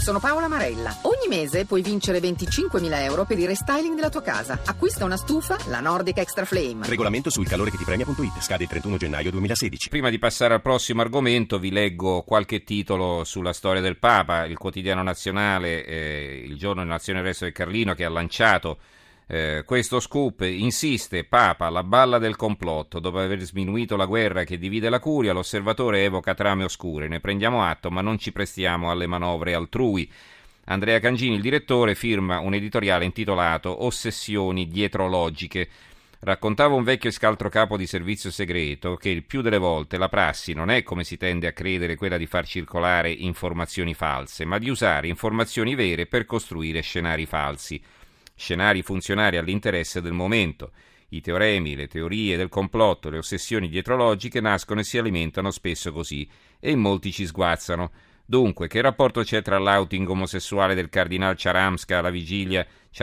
sono Paola Marella. Ogni mese puoi vincere 25.000 euro per il restyling della tua casa. Acquista una stufa, la Nordic Extra Flame. Regolamento sul calore che ti premia.it. Scade il 31 gennaio 2016. Prima di passare al prossimo argomento vi leggo qualche titolo sulla storia del Papa. Il Quotidiano Nazionale, il giorno di Nazione Resto del Carlino, che ha lanciato questo scoop: insiste Papa, la balla del complotto. Dopo aver sminuito la guerra che divide la curia, l'osservatore evoca trame oscure. Ne prendiamo atto, ma non ci prestiamo alle manovre altrui. Andrea Cangini, il direttore, firma un editoriale intitolato Ossessioni dietrologiche. Raccontava un vecchio e scaltro capo di servizio segreto che il più delle volte la prassi non è, come si tende a credere, quella di far circolare informazioni false, ma di usare informazioni vere per costruire scenari falsi. Scenari funzionari all'interesse del momento. I teoremi, le teorie del complotto, le ossessioni dietrologiche nascono e si alimentano spesso così, e in molti ci sguazzano. Dunque, che rapporto c'è tra l'outing omosessuale del cardinal Charamsa alla vigilia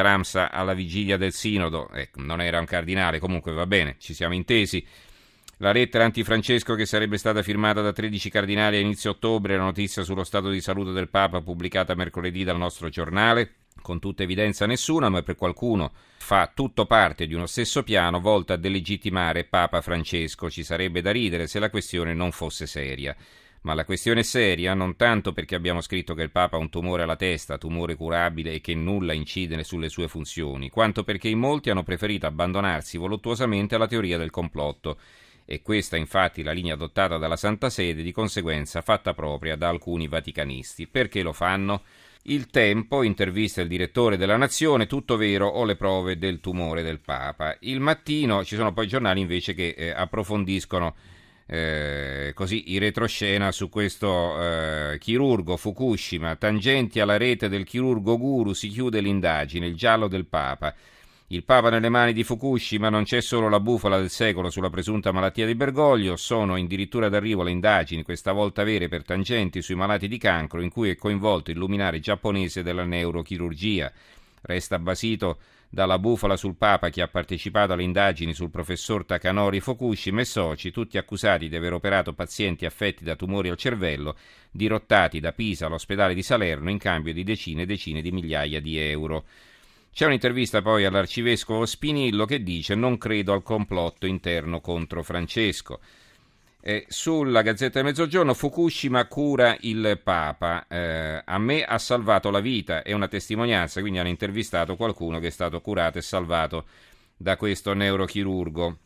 del sinodo? Non era un cardinale, comunque va bene, ci siamo intesi. La lettera antifrancesco che sarebbe stata firmata da 13 cardinali a inizio ottobre, la notizia sullo stato di salute del Papa pubblicata mercoledì dal nostro giornale. Con tutta evidenza nessuna, ma per qualcuno fa tutto parte di uno stesso piano volto a delegittimare Papa Francesco. Ci sarebbe da ridere se la questione non fosse seria. Ma la questione è seria non tanto perché abbiamo scritto che il Papa ha un tumore alla testa, tumore curabile e che nulla incide sulle sue funzioni, quanto perché in molti hanno preferito abbandonarsi voluttuosamente alla teoria del complotto. E questa infatti la linea adottata dalla Santa Sede, di conseguenza fatta propria da alcuni vaticanisti. Perché lo fanno? Il Tempo, intervista il direttore della Nazione, tutto vero o le prove del tumore del Papa. Il Mattino, ci sono poi giornali invece che approfondiscono così i retroscena su questo chirurgo Fukushima, tangenti alla rete del chirurgo guru, si chiude l'indagine, il giallo del Papa. Il Papa nelle mani di Fukushima, non c'è solo la bufala del secolo sulla presunta malattia di Bergoglio, sono addirittura d'arrivo le indagini, questa volta vere per tangenti, sui malati di cancro, in cui è coinvolto il luminare giapponese della neurochirurgia. Resta basito dalla bufala sul Papa chi ha partecipato alle indagini sul professor Takanori Fukushima e soci, tutti accusati di aver operato pazienti affetti da tumori al cervello, dirottati da Pisa all'ospedale di Salerno in cambio di decine e decine di migliaia di euro. C'è un'intervista poi all'arcivescovo Spinillo che dice: non credo al complotto interno contro Francesco. Sulla Gazzetta del Mezzogiorno, Fukushima cura il Papa, a me ha salvato la vita, è una testimonianza, quindi hanno intervistato qualcuno che è stato curato e salvato da questo neurochirurgo.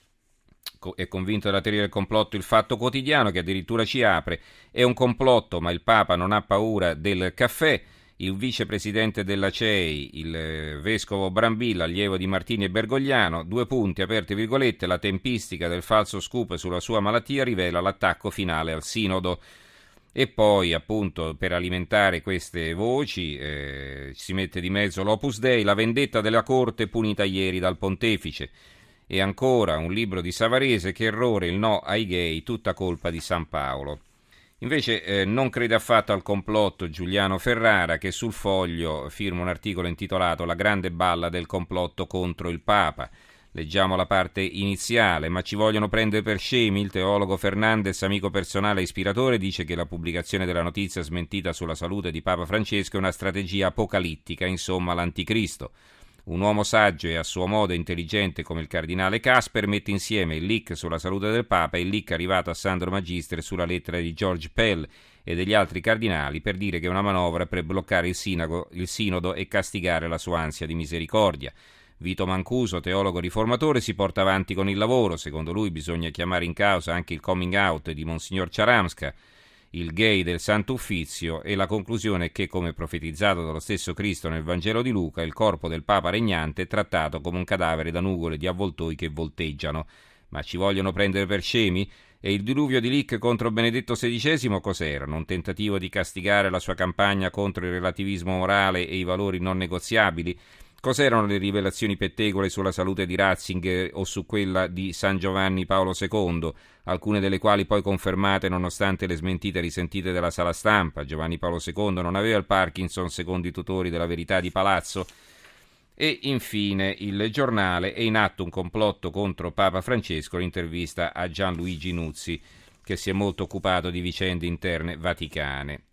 È convinto della teoria del complotto il Fatto Quotidiano, che addirittura ci apre: è un complotto ma il Papa non ha paura del caffè. Il vicepresidente della CEI, il vescovo Brambilla, allievo di Martini e Bergogliano, 2 punti, aperte virgolette, la tempistica del falso scoop sulla sua malattia rivela l'attacco finale al sinodo. E poi, appunto, per alimentare queste voci, si mette di mezzo l'Opus Dei, la vendetta della Corte punita ieri dal Pontefice. E ancora un libro di Savarese, che errore, il no ai gay, tutta colpa di San Paolo. Invece non crede affatto al complotto Giuliano Ferrara, che sul Foglio firma un articolo intitolato La grande balla del complotto contro il Papa. Leggiamo la parte iniziale: ma ci vogliono prendere per scemi? Il teologo Fernandez, amico personale e ispiratore, dice che la pubblicazione della notizia smentita sulla salute di Papa Francesco è una strategia apocalittica, insomma l'anticristo. Un uomo saggio e a suo modo intelligente come il cardinale Casper mette insieme il leak sulla salute del Papa e il leak arrivato a Sandro Magister sulla lettera di George Pell e degli altri cardinali per dire che è una manovra per bloccare il sinodo e castigare la sua ansia di misericordia. Vito Mancuso, teologo riformatore, si porta avanti con il lavoro. Secondo lui bisogna chiamare in causa anche il coming out di Monsignor Charamsa, il gay del Santo Uffizio, e la conclusione è che, come profetizzato dallo stesso Cristo nel Vangelo di Luca, il corpo del Papa regnante è trattato come un cadavere da nuvole di avvoltoi che volteggiano. Ma ci vogliono prendere per scemi? E il diluvio di leak contro Benedetto XVI cos'erano? Un tentativo di castigare la sua campagna contro il relativismo morale e i valori non negoziabili? Cos'erano le rivelazioni pettegole sulla salute di Ratzinger o su quella di San Giovanni Paolo II, alcune delle quali poi confermate nonostante le smentite risentite della sala stampa? Giovanni Paolo II non aveva il Parkinson, secondo i tutori della Verità di Palazzo? E infine il Giornale: è in atto un complotto contro Papa Francesco, l'intervista a Gianluigi Nuzzi, che si è molto occupato di vicende interne vaticane.